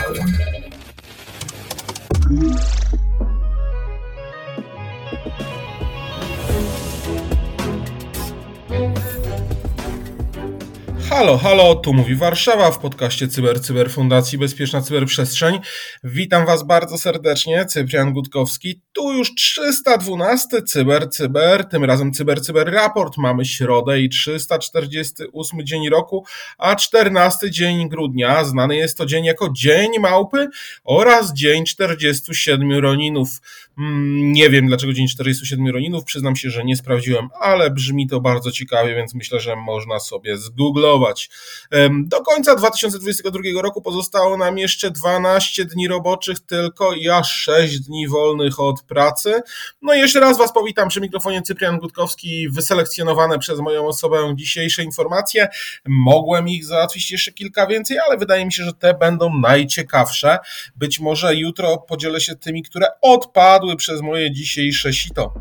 angielsku. Halo, halo, tu mówi Warszawa w podcaście Cyber Fundacji Bezpieczna Cyberprzestrzeń. Witam Was bardzo serdecznie, Cyprian Gutkowski. Tu już 312 Cyber, tym razem Cyber Raport. Mamy środę i 348 dzień roku, a 14 dzień grudnia. Znany jest to dzień jako Dzień Małpy oraz Dzień 47 Roninów. Nie wiem dlaczego Dzień 47 Roninów, przyznam się, że nie sprawdziłem, ale brzmi to bardzo ciekawie, więc myślę, że można sobie zgooglować. Do końca 2022 roku pozostało nam jeszcze 12 dni roboczych tylko i aż 6 dni wolnych od pracy. No i jeszcze raz Was powitam przy mikrofonie Cyprian Gutkowski, wyselekcjonowane przez moją osobę dzisiejsze informacje. Mogłem ich załatwić jeszcze kilka więcej, ale wydaje mi się, że te będą najciekawsze. Być może jutro podzielę się tymi, które odpadły przez moje dzisiejsze sito.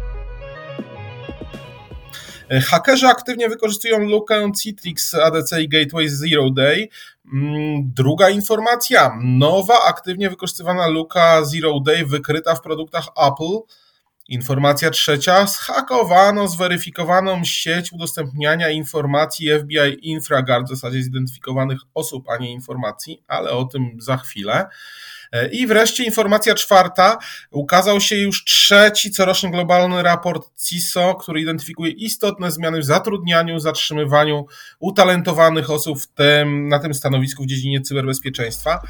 Hakerzy aktywnie wykorzystują lukę Citrix ADC i Gateway Zero Day. Druga informacja. Nowa, aktywnie wykorzystywana luka Zero Day wykryta w produktach Apple. Informacja trzecia. Zhakowano zweryfikowaną sieć udostępniania informacji FBI InfraGard, w zasadzie zidentyfikowanych osób, a nie informacji, ale o tym za chwilę. I wreszcie informacja czwarta. Ukazał się już trzeci coroczny globalny raport CISO, który identyfikuje istotne zmiany w zatrudnianiu, zatrzymywaniu utalentowanych osób na tym stanowisku w dziedzinie cyberbezpieczeństwa.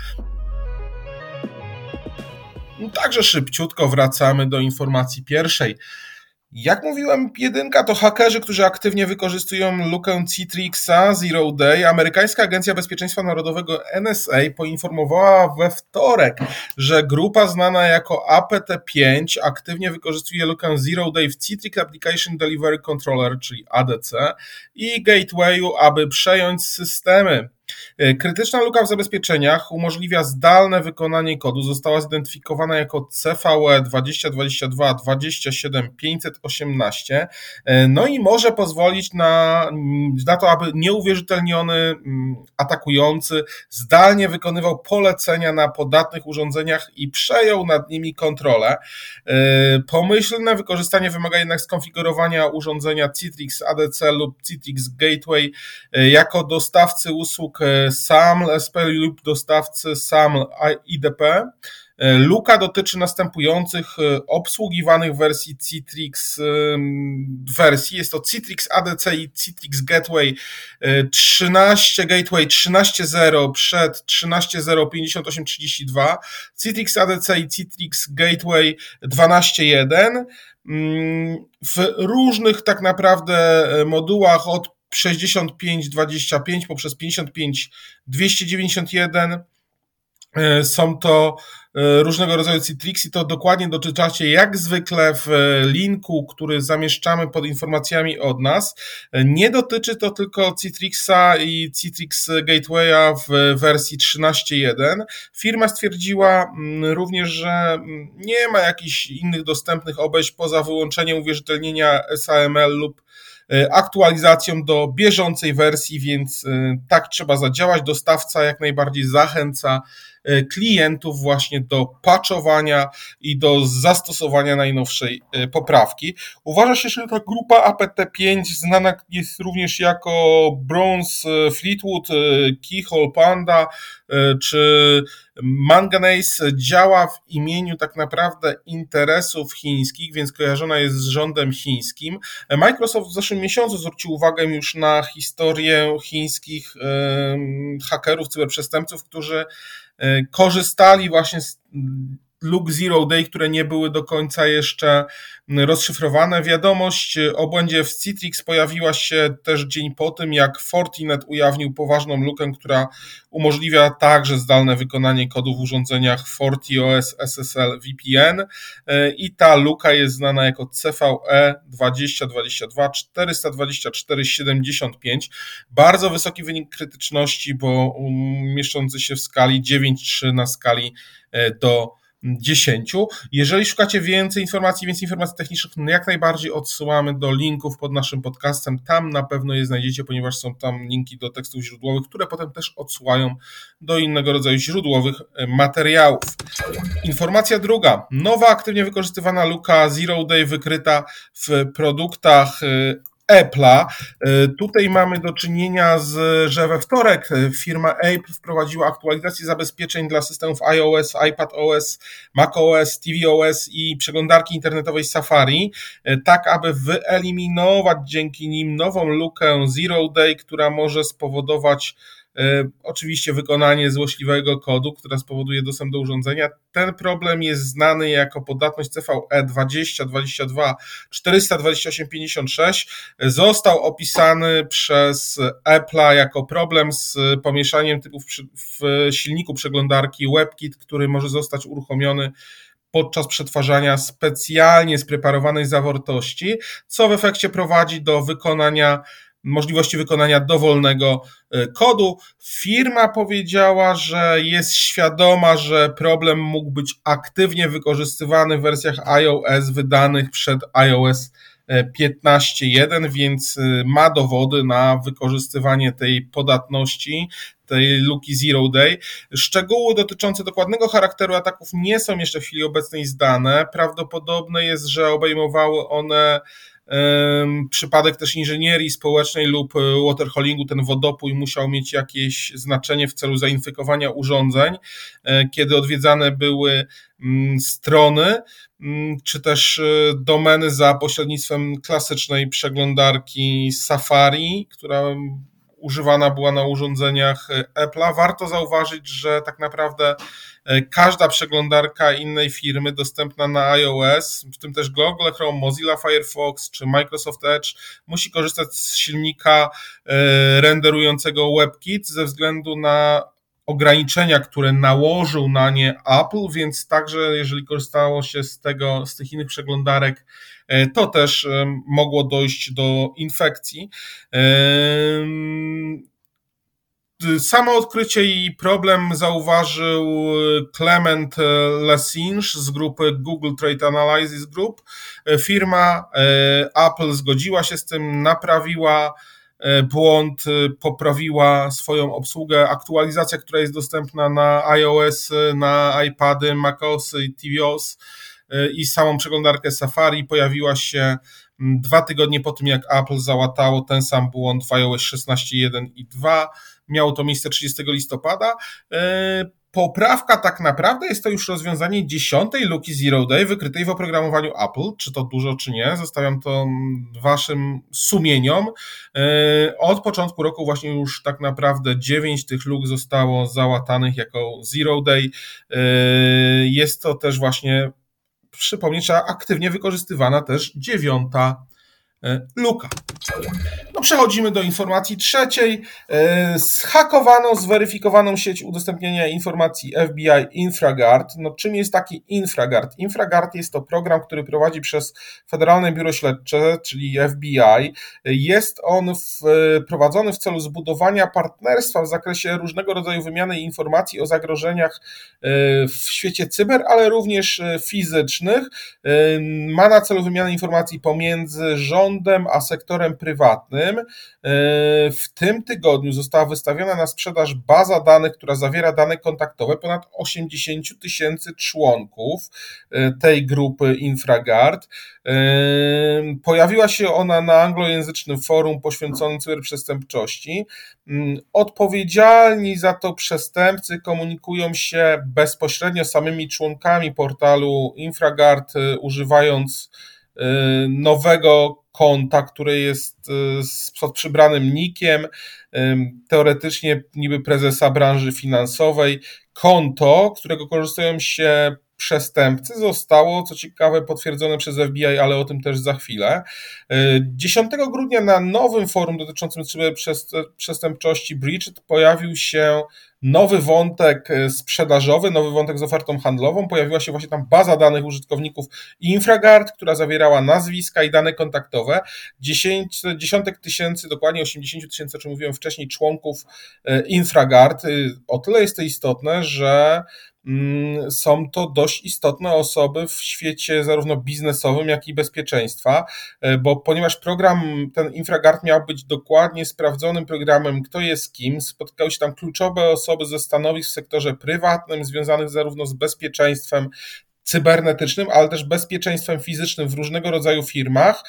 Także szybciutko wracamy do informacji pierwszej. Jak mówiłem, jedynka to hakerzy, którzy aktywnie wykorzystują lukę Citrixa Zero Day. Amerykańska Agencja Bezpieczeństwa Narodowego NSA poinformowała we wtorek, że grupa znana jako APT5 aktywnie wykorzystuje lukę Zero Day w Citrix Application Delivery Controller, czyli ADC, i Gatewayu, aby przejąć systemy. Krytyczna luka w zabezpieczeniach umożliwia zdalne wykonanie kodu. Została zidentyfikowana jako CVE 2022 27518. No i może pozwolić na to, aby nieuwierzytelniony atakujący zdalnie wykonywał polecenia na podatnych urządzeniach i przejął nad nimi kontrolę. Pomyślne wykorzystanie wymaga jednak skonfigurowania urządzenia Citrix ADC lub Citrix Gateway jako dostawcy usług SAML SP lub dostawcy SAML IDP. Luka dotyczy następujących obsługiwanych wersji Citrix wersji. Jest to Citrix ADC i Citrix Gateway 13, Gateway 13.0 przed 13.0.58.32, Citrix ADC i Citrix Gateway 12.1. W różnych tak naprawdę modułach od 6525 poprzez 55291 są to różnego rodzaju Citrixy. To dokładnie doczytacie jak zwykle w linku, który zamieszczamy pod informacjami od nas. Nie dotyczy to tylko Citrixa i Citrix Gatewaya w wersji 13.1. Firma stwierdziła również, że nie ma jakichś innych dostępnych obejść poza wyłączeniem uwierzytelnienia SAML lub aktualizacją do bieżącej wersji, więc tak trzeba zadziałać. Dostawca jak najbardziej zachęca klientów właśnie do patchowania i do zastosowania najnowszej poprawki. Uważa się, że ta grupa APT5 znana jest również jako Bronze Fleetwood, Keyhole Panda czy Manganese. Działa w imieniu tak naprawdę interesów chińskich, więc kojarzona jest z rządem chińskim. Microsoft w zeszłym miesiącu zwrócił uwagę już na historię chińskich hakerów, cyberprzestępców, którzy korzystali właśnie z luk Zero Day, które nie były do końca jeszcze rozszyfrowane. Wiadomość o błędzie w Citrix pojawiła się też dzień po tym, jak Fortinet ujawnił poważną lukę, która umożliwia także zdalne wykonanie kodu w urządzeniach FortiOS SSL VPN i ta luka jest znana jako CVE 2022 424 75. Bardzo wysoki wynik krytyczności, bo mieszczący się w skali 9.3 na skali do 10. Jeżeli szukacie więcej informacji technicznych, no jak najbardziej odsyłamy do linków pod naszym podcastem. Tam na pewno je znajdziecie, ponieważ są tam linki do tekstów źródłowych, które potem też odsyłają do innego rodzaju źródłowych materiałów. Informacja druga. Nowa, aktywnie wykorzystywana luka Zero Day wykryta w produktach Apple'a. Tutaj mamy do czynienia że we wtorek firma Apple wprowadziła aktualizację zabezpieczeń dla systemów iOS, iPadOS, macOS, tvOS i przeglądarki internetowej Safari, tak aby wyeliminować dzięki nim nową lukę Zero Day, która może spowodować oczywiście wykonanie złośliwego kodu, która spowoduje dostęp do urządzenia. Ten problem jest znany jako podatność CVE 2022 428 56. Został opisany przez Apple'a jako problem z pomieszaniem typów w silniku przeglądarki WebKit, który może zostać uruchomiony podczas przetwarzania specjalnie spreparowanej zawartości, co w efekcie prowadzi do możliwości wykonania dowolnego kodu. Firma powiedziała, że jest świadoma, że problem mógł być aktywnie wykorzystywany w wersjach iOS wydanych przed iOS 15.1, więc ma dowody na wykorzystywanie tej podatności, tej luki Zero Day. Szczegóły dotyczące dokładnego charakteru ataków nie są jeszcze w chwili obecnej zdane. Prawdopodobne jest, że obejmowały one przypadek też inżynierii społecznej lub waterholingu. Ten wodopój musiał mieć jakieś znaczenie w celu zainfekowania urządzeń, kiedy odwiedzane były strony, czy też domeny za pośrednictwem klasycznej przeglądarki Safari, która używana była na urządzeniach Apple'a. Warto zauważyć, że tak naprawdę każda przeglądarka innej firmy dostępna na iOS, w tym też Google Chrome, Mozilla Firefox czy Microsoft Edge, musi korzystać z silnika renderującego WebKit ze względu na ograniczenia, które nałożył na nie Apple, więc także jeżeli korzystało się z tych innych przeglądarek, to też mogło dojść do infekcji. Samo odkrycie i problem zauważył Clement Lessinge z grupy Google Trade Analysis Group. Firma Apple zgodziła się z tym, naprawiła błąd, poprawiła swoją obsługę. Aktualizacja, która jest dostępna na iOS, na iPady, macOS i tvOS i samą przeglądarkę Safari pojawiła się 2 tygodnie po tym, jak Apple załatało ten sam błąd w iOS 16.1 i 2. Miało to miejsce 30 listopada. Poprawka tak naprawdę jest to już rozwiązanie 10. luki Zero Day wykrytej w oprogramowaniu Apple. Czy to dużo, czy nie? Zostawiam to waszym sumieniom. Od początku roku właśnie już tak naprawdę 9 tych luk zostało załatanych jako Zero Day. Jest to też właśnie, przypomnieć, aktywnie wykorzystywana też 9. luka. No, przechodzimy do informacji trzeciej. Zhakowano zweryfikowaną sieć udostępnienia informacji FBI InfraGard. No, czym jest taki InfraGard? InfraGard jest to program, który prowadzi przez Federalne Biuro Śledcze, czyli FBI. Jest on prowadzony w celu zbudowania partnerstwa w zakresie różnego rodzaju wymiany informacji o zagrożeniach w świecie cyber, ale również fizycznych. Ma na celu wymianę informacji pomiędzy rządem a sektorem prywatnym. W tym tygodniu została wystawiona na sprzedaż baza danych, która zawiera dane kontaktowe ponad 80 000 członków tej grupy InfraGard. Pojawiła się ona na anglojęzycznym forum poświęconym cyberprzestępczości. Odpowiedzialni za to przestępcy komunikują się bezpośrednio z samymi członkami portalu InfraGard, używając nowego konta, które jest pod przybranym nickiem, teoretycznie niby prezesa branży finansowej. Konto, którego korzystają się przestępcy, zostało, co ciekawe, potwierdzone przez FBI, ale o tym też za chwilę. 10 grudnia na nowym forum dotyczącym cyberprzestępczości Breached pojawił się nowy wątek sprzedażowy, nowy wątek z ofertą handlową. Pojawiła się właśnie tam baza danych użytkowników InfraGard, która zawierała nazwiska i dane kontaktowe. Dziesiątek tysięcy, dokładnie 80 000, o czym mówiłem wcześniej, członków InfraGard. O tyle jest to istotne, że są to dość istotne osoby w świecie zarówno biznesowym, jak i bezpieczeństwa, bo ponieważ program, ten InfraGard miał być dokładnie sprawdzonym programem, kto jest kim, spotkały się tam kluczowe osoby ze stanowisk w sektorze prywatnym, związanych zarówno z bezpieczeństwem cybernetycznym, ale też bezpieczeństwem fizycznym w różnego rodzaju firmach.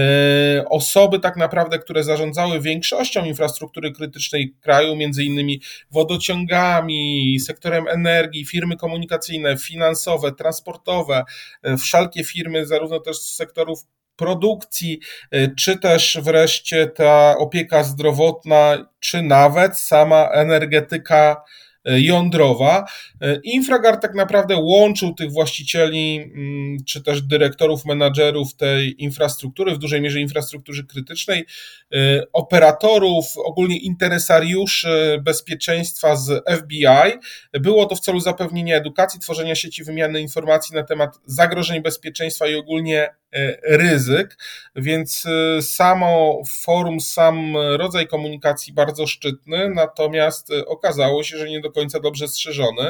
Osoby tak naprawdę, które zarządzały większością infrastruktury krytycznej kraju, między innymi wodociągami, sektorem energii, firmy komunikacyjne, finansowe, transportowe, wszelkie firmy, zarówno też z sektorów produkcji, czy też wreszcie ta opieka zdrowotna, czy nawet sama energetyka jądrowa. InfraGard tak naprawdę łączył tych właścicieli, czy też dyrektorów, menadżerów tej infrastruktury, w dużej mierze infrastruktury krytycznej, operatorów, ogólnie interesariuszy bezpieczeństwa z FBI. Było to w celu zapewnienia edukacji, tworzenia sieci wymiany informacji na temat zagrożeń bezpieczeństwa i ogólnie ryzyk, więc samo forum, sam rodzaj komunikacji bardzo szczytny, natomiast okazało się, że nie do końca dobrze strzeżony.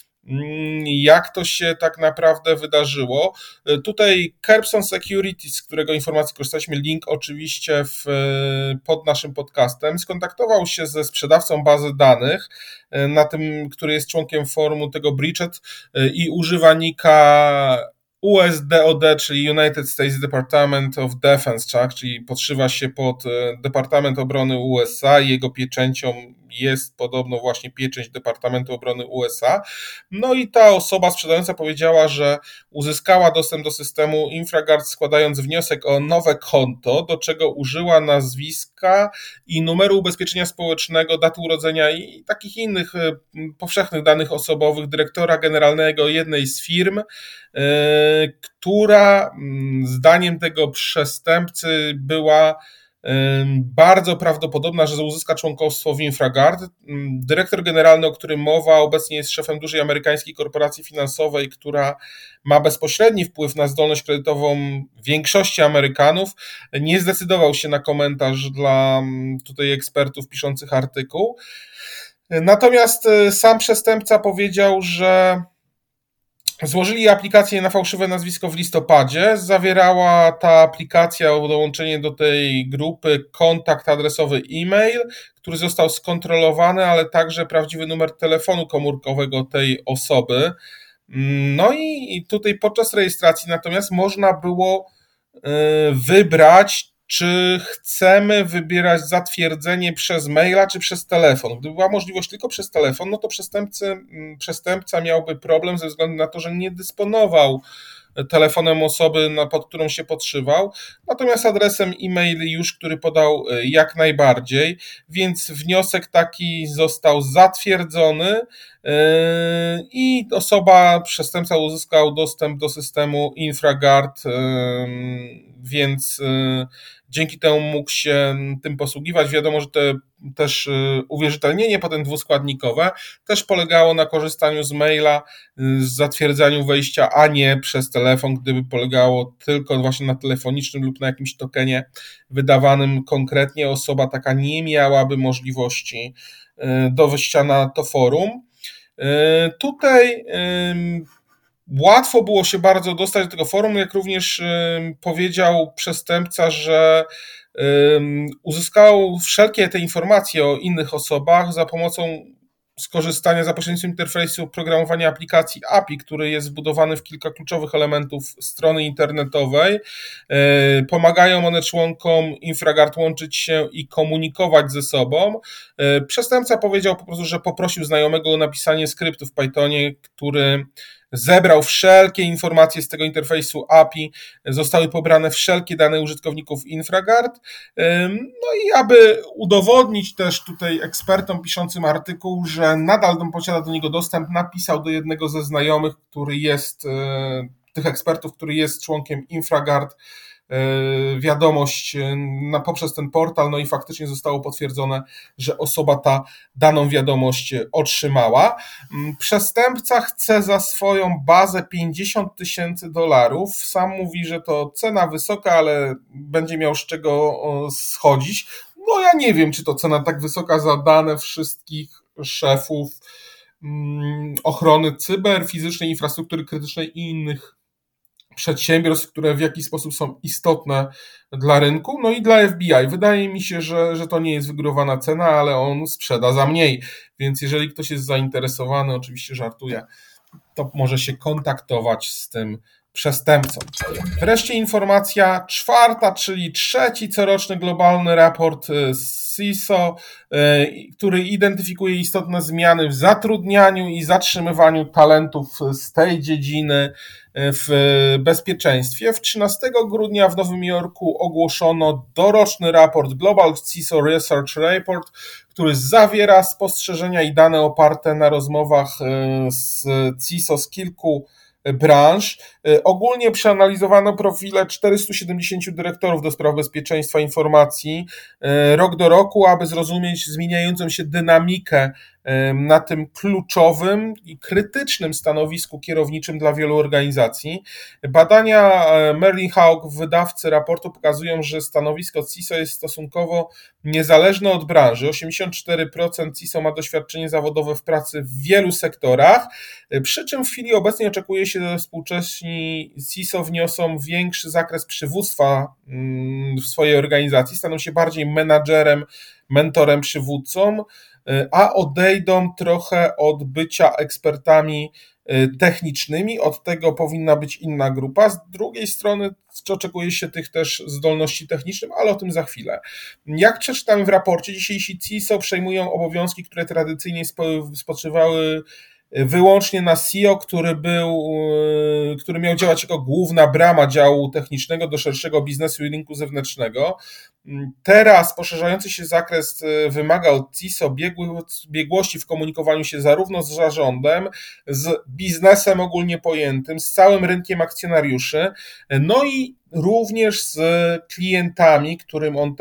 Jak to się tak naprawdę wydarzyło? Tutaj Kerbson Security, z którego informacji korzystaliśmy, link oczywiście pod naszym podcastem, skontaktował się ze sprzedawcą bazy danych, na tym, który jest członkiem forumu tego Breached i używa nika USDOD, czyli United States Department of Defense, tak? Czyli podszywa się pod Departament Obrony USA i jego pieczęcią jest podobno właśnie pieczęć Departamentu Obrony USA. No i ta osoba sprzedająca powiedziała, że uzyskała dostęp do systemu InfraGard składając wniosek o nowe konto, do czego użyła nazwiska i numeru ubezpieczenia społecznego, daty urodzenia i takich innych powszechnych danych osobowych dyrektora generalnego jednej z firm, która zdaniem tego przestępcy była bardzo prawdopodobna, że uzyska członkostwo w InfraGard. Dyrektor generalny, o którym mowa, obecnie jest szefem dużej amerykańskiej korporacji finansowej, która ma bezpośredni wpływ na zdolność kredytową większości Amerykanów. Nie zdecydował się na komentarz dla tutaj ekspertów piszących artykuł. Natomiast sam przestępca powiedział, że złożyli aplikację na fałszywe nazwisko w listopadzie. Zawierała ta aplikacja dołączenie do tej grupy kontakt adresowy e-mail, który został skontrolowany, ale także prawdziwy numer telefonu komórkowego tej osoby. No i tutaj podczas rejestracji natomiast można było wybrać, czy chcemy wybierać zatwierdzenie przez maila, czy przez telefon. Gdyby była możliwość tylko przez telefon, no to przestępca miałby problem ze względu na to, że nie dysponował telefonem osoby, pod którą się podszywał, natomiast adresem e-mail już, który podał, jak najbardziej, więc wniosek taki został zatwierdzony i przestępca uzyskał dostęp do systemu InfraGard, więc dzięki temu mógł się tym posługiwać. Wiadomo, że te też uwierzytelnienie potem dwuskładnikowe też polegało na korzystaniu z maila, z zatwierdzaniu wejścia, a nie przez telefon, gdyby polegało tylko właśnie na telefonicznym lub na jakimś tokenie wydawanym konkretnie, osoba taka nie miałaby możliwości do wejścia na to forum. Tutaj łatwo było się bardzo dostać do tego forum, jak również powiedział przestępca, że uzyskał wszelkie te informacje o innych osobach za pomocą skorzystania za pośrednictwem interfejsu programowania aplikacji API, który jest wbudowany w kilka kluczowych elementów strony internetowej. Pomagają one członkom InfraGard łączyć się i komunikować ze sobą. Przestępca powiedział po prostu, że poprosił znajomego o napisanie skryptu w Pythonie, który zebrał wszelkie informacje z tego interfejsu API, zostały pobrane wszelkie dane użytkowników InfraGard. No i aby udowodnić też tutaj ekspertom piszącym artykuł, że nadal posiada do niego dostęp, napisał do jednego ze znajomych, który jest, tych ekspertów, który jest członkiem InfraGard, wiadomość poprzez ten portal, no i faktycznie zostało potwierdzone, że osoba ta daną wiadomość otrzymała. Przestępca chce za swoją bazę $50,000. Sam mówi, że to cena wysoka, ale będzie miał z czego schodzić. No ja nie wiem, czy to cena tak wysoka za dane wszystkich szefów ochrony cyber, fizycznej infrastruktury krytycznej i innych przedsiębiorstw, które w jakiś sposób są istotne dla rynku, no i dla FBI. Wydaje mi się, że to nie jest wygórowana cena, ale on sprzeda za mniej, więc jeżeli ktoś jest zainteresowany, oczywiście żartuję, to może się kontaktować z tym przestępcą. Wreszcie informacja czwarta, czyli trzeci coroczny globalny raport CISO, który identyfikuje istotne zmiany w zatrudnianiu i zatrzymywaniu talentów z tej dziedziny w bezpieczeństwie. 13 grudnia w Nowym Jorku ogłoszono doroczny raport Global CISO Research Report, który zawiera spostrzeżenia i dane oparte na rozmowach z CISO z kilku branż. Ogólnie przeanalizowano profile 470 dyrektorów do spraw bezpieczeństwa informacji rok do roku, aby zrozumieć zmieniającą się dynamikę na tym kluczowym i krytycznym stanowisku kierowniczym dla wielu organizacji. Badania Merlin Hawk, wydawcy raportu, pokazują, że stanowisko CISO jest stosunkowo niezależne od branży. 84% CISO ma doświadczenie zawodowe w pracy w wielu sektorach, przy czym w chwili obecnej oczekuje się, że współcześni CISO wniosą większy zakres przywództwa w swojej organizacji, staną się bardziej menadżerem, mentorem, przywódcą, a odejdą trochę od bycia ekspertami technicznymi, od tego powinna być inna grupa. Z drugiej strony oczekuje się tych też zdolności technicznych, ale o tym za chwilę. Jak przeczytamy w raporcie, dzisiejsi CISO przejmują obowiązki, które tradycyjnie spoczywały wyłącznie na CEO, który miał działać jako główna brama działu technicznego do szerszego biznesu i rynku zewnętrznego. Teraz poszerzający się zakres wymaga od CISO biegłości w komunikowaniu się zarówno z zarządem, z biznesem ogólnie pojętym, z całym rynkiem akcjonariuszy, no i również z klientami, którymi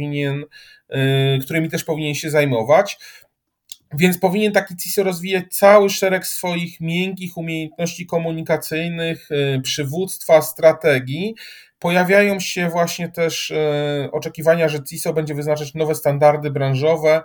też powinien się zajmować. Więc powinien taki CISO rozwijać cały szereg swoich miękkich umiejętności komunikacyjnych, przywództwa, strategii. Pojawiają się właśnie też oczekiwania, że CISO będzie wyznaczać nowe standardy branżowe,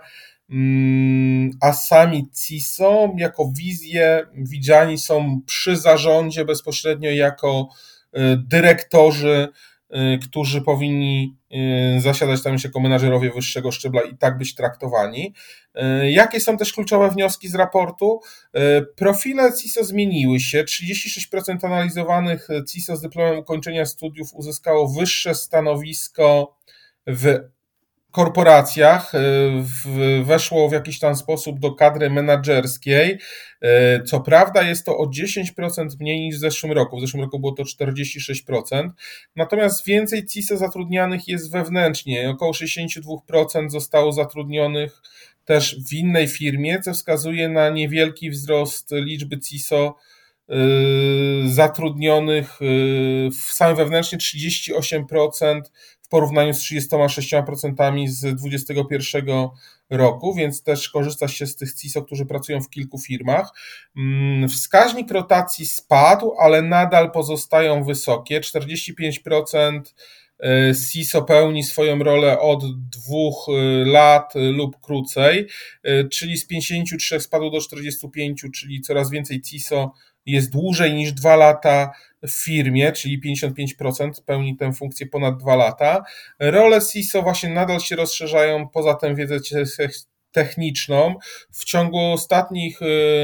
a sami CISO jako wizje widziani są przy zarządzie bezpośrednio jako dyrektorzy, którzy powinni zasiadać tam jako menadżerowie wyższego szczebla i tak być traktowani. Jakie są też kluczowe wnioski z raportu? Profile CISO zmieniły się. 36% analizowanych CISO z dyplomem ukończenia studiów uzyskało wyższe stanowisko w korporacjach, weszło w jakiś tam sposób do kadry menadżerskiej. Co prawda jest to o 10% mniej niż w zeszłym roku. W zeszłym roku było to 46%. Natomiast więcej CISO zatrudnianych jest wewnętrznie. Około 62% zostało zatrudnionych też w innej firmie, co wskazuje na niewielki wzrost liczby CISO zatrudnionych w samym wewnętrznie 38% w porównaniu z 36% z 2021 roku, więc też korzysta się z tych CISO, którzy pracują w kilku firmach. Wskaźnik rotacji spadł, ale nadal pozostają wysokie. 45% CISO pełni swoją rolę od 2 lat lub krócej, czyli z 53 spadło do 45, czyli coraz więcej CISO jest dłużej niż 2 lata w firmie, czyli 55% pełni tę funkcję ponad 2 lata. Role CISO właśnie nadal się rozszerzają poza tę wiedzę techniczną. W ciągu ostatnich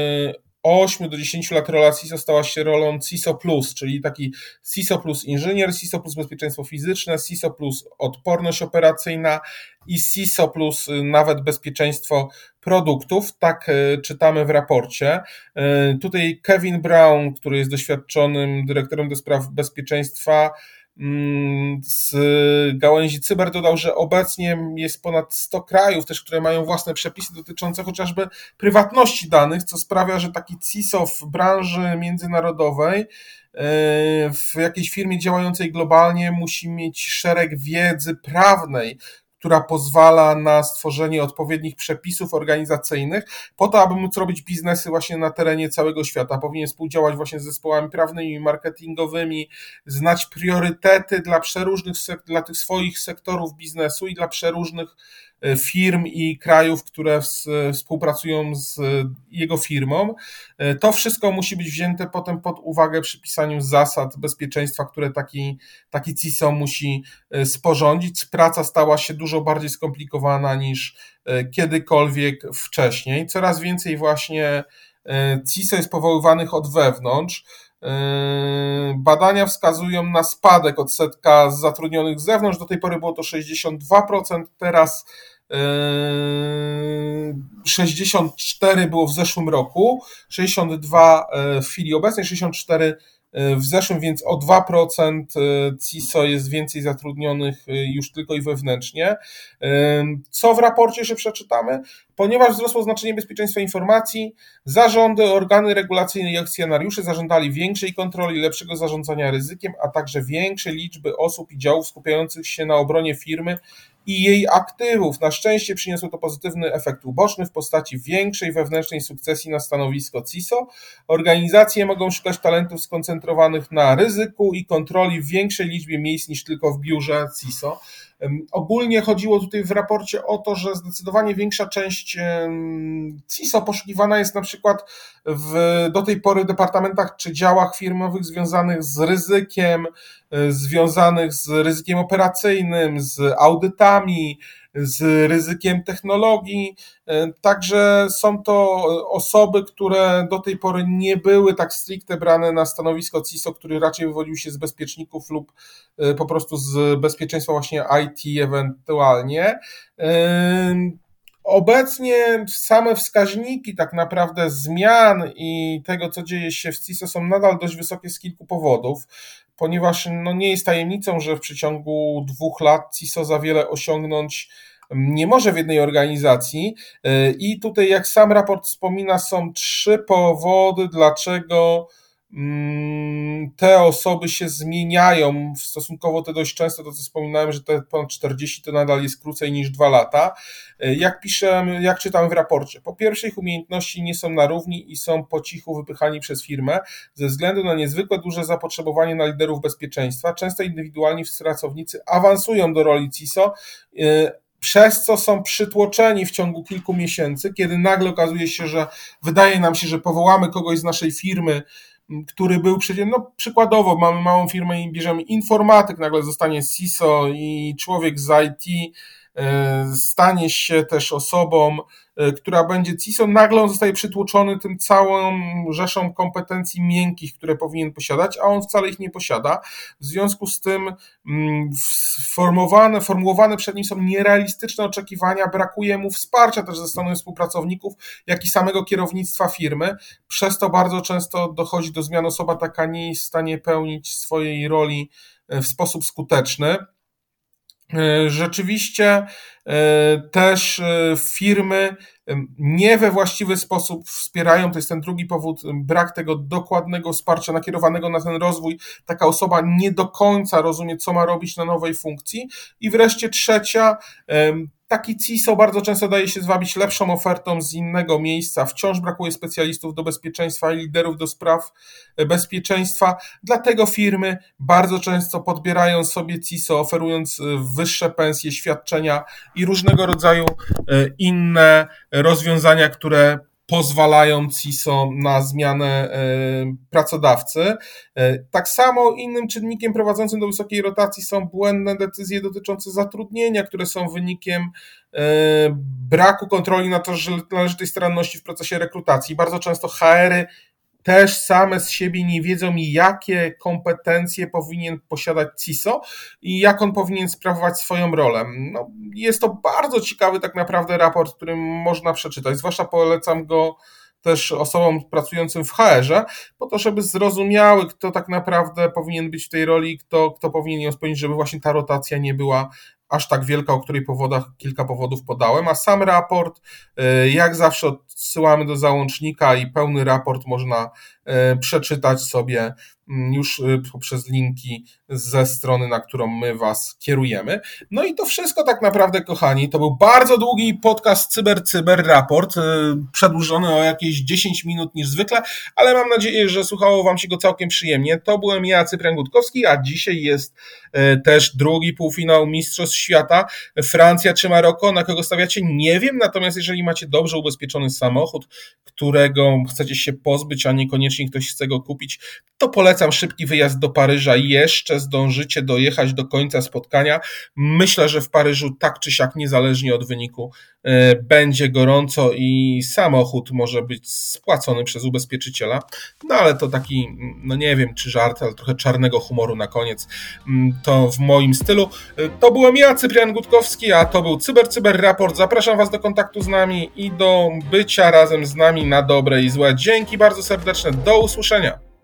8 do 10 lat rola CISO stała się rolą CISO+, czyli taki CISO plus inżynier, CISO plus bezpieczeństwo fizyczne, CISO plus odporność operacyjna i CISO plus nawet bezpieczeństwo produktów. Tak czytamy w raporcie. Tutaj Kevin Brown, który jest doświadczonym dyrektorem do spraw bezpieczeństwa z gałęzi cyber, dodał, że obecnie jest ponad 100 krajów też, które mają własne przepisy dotyczące chociażby prywatności danych, co sprawia, że taki CISO w branży międzynarodowej w jakiejś firmie działającej globalnie musi mieć szereg wiedzy prawnej, która pozwala na stworzenie odpowiednich przepisów organizacyjnych po to, aby móc robić biznesy właśnie na terenie całego świata. Powinien współdziałać właśnie z zespołami prawnymi, marketingowymi, znać priorytety dla tych swoich sektorów biznesu i dla przeróżnych firm i krajów, które współpracują z jego firmą. To wszystko musi być wzięte potem pod uwagę przy pisaniu zasad bezpieczeństwa, które taki CISO musi sporządzić. Praca stała się dużo bardziej skomplikowana niż kiedykolwiek wcześniej. Coraz więcej właśnie CISO jest powoływanych od wewnątrz. Badania wskazują na spadek odsetka zatrudnionych z zewnątrz. Do tej pory było to 62%, teraz 64 było w zeszłym roku, 62 w chwili obecnej, 64 w zeszłym, więc o 2% CISO jest więcej zatrudnionych już tylko i wewnętrznie. Co w raporcie jeszcze przeczytamy? Ponieważ wzrosło znaczenie bezpieczeństwa informacji, zarządy, organy regulacyjne i akcjonariusze zażądali większej kontroli, lepszego zarządzania ryzykiem, a także większej liczby osób i działów skupiających się na obronie firmy i jej aktywów. Na szczęście przyniosło to pozytywny efekt uboczny w postaci większej wewnętrznej sukcesji na stanowisko CISO. Organizacje mogą szukać talentów skoncentrowanych na ryzyku i kontroli w większej liczbie miejsc niż tylko w biurze CISO. Ogólnie chodziło tutaj w raporcie o to, że zdecydowanie większa część CISO poszukiwana jest na przykład do tej pory departamentach czy działach firmowych związanych z ryzykiem operacyjnym, z audytami, z ryzykiem technologii. Także są to osoby, które do tej pory nie były tak stricte brane na stanowisko CISO, który raczej wywodził się z bezpieczników lub po prostu z bezpieczeństwa właśnie IT ewentualnie. Obecnie same wskaźniki tak naprawdę zmian i tego, co dzieje się w CISO, są nadal dość wysokie z kilku powodów, ponieważ nie jest tajemnicą, że w przeciągu 2 lat CISO za wiele osiągnąć nie może w jednej organizacji i tutaj, jak sam raport wspomina, są 3 powody, dlaczego te osoby się zmieniają stosunkowo te dość często, to co wspominałem, że te ponad 40 to nadal jest krócej niż 2 lata. Jak czytamy w raporcie, po pierwsze ich umiejętności nie są na równi i są po cichu wypychani przez firmę ze względu na niezwykle duże zapotrzebowanie na liderów bezpieczeństwa. Często indywidualni pracownicy awansują do roli CISO, przez co są przytłoczeni w ciągu kilku miesięcy, kiedy nagle okazuje się, że wydaje nam się, że powołamy kogoś z naszej firmy, który był przykładowo, mamy małą firmę i bierzemy informatyk, nagle zostanie CISO i człowiek z IT stanie się też osobą, która będzie CISO, nagle on zostaje przytłoczony tym całą rzeszą kompetencji miękkich, które powinien posiadać, a on wcale ich nie posiada. W związku z tym formułowane przed nim są nierealistyczne oczekiwania, brakuje mu wsparcia też ze strony współpracowników, jak i samego kierownictwa firmy. Przez to bardzo często dochodzi do zmian, osoba taka nie jest w stanie pełnić swojej roli w sposób skuteczny. Rzeczywiście też firmy nie we właściwy sposób wspierają, to jest ten drugi powód, brak tego dokładnego wsparcia nakierowanego na ten rozwój. Taka osoba nie do końca rozumie, co ma robić na nowej funkcji. I wreszcie trzecia, taki CISO bardzo często daje się zwabić lepszą ofertą z innego miejsca. Wciąż brakuje specjalistów do bezpieczeństwa i liderów do spraw bezpieczeństwa. Dlatego firmy bardzo często podbierają sobie CISO, oferując wyższe pensje, świadczenia i różnego rodzaju inne rozwiązania, które pozwalają CISO na zmianę pracodawcy. Tak samo innym czynnikiem prowadzącym do wysokiej rotacji są błędne decyzje dotyczące zatrudnienia, które są wynikiem braku kontroli na to, że należytej staranności w procesie rekrutacji. Bardzo często HR-y też same z siebie nie wiedzą, jakie kompetencje powinien posiadać CISO i jak on powinien sprawować swoją rolę. Jest to bardzo ciekawy tak naprawdę raport, który można przeczytać, zwłaszcza polecam go też osobom pracującym w HR-ze, po to, żeby zrozumiały, kto tak naprawdę powinien być w tej roli, kto powinien ją spełnić, żeby właśnie ta rotacja nie była aż tak wielka, o której powodach kilka powodów podałem, a sam raport jak zawsze odsyłamy do załącznika i pełny raport można przeczytać sobie już poprzez linki ze strony, na którą my Was kierujemy. No i to wszystko tak naprawdę, kochani. To był bardzo długi podcast Cyber raport, przedłużony o jakieś 10 minut niż zwykle, ale mam nadzieję, że słuchało Wam się go całkiem przyjemnie. To byłem ja, Cyprian Gutkowski, a dzisiaj jest też drugi półfinał Mistrzostw Mistrzostw Świata, Francja czy Maroko, na kogo stawiacie? Nie wiem, natomiast jeżeli macie dobrze ubezpieczony samochód, którego chcecie się pozbyć, a niekoniecznie ktoś chce go kupić, to polecam szybki wyjazd do Paryża. Jeszcze zdążycie dojechać do końca spotkania. Myślę, że w Paryżu tak czy siak, niezależnie od wyniku, będzie gorąco i samochód może być spłacony przez ubezpieczyciela. No ale to taki, no nie wiem czy żart, ale trochę czarnego humoru na koniec. To w moim stylu. To byłem ja, Cyprian Gutkowski, a to był Cyber Raport. Zapraszam Was do kontaktu z nami i do bycia razem z nami na dobre i złe. Dzięki bardzo serdeczne. Do usłyszenia.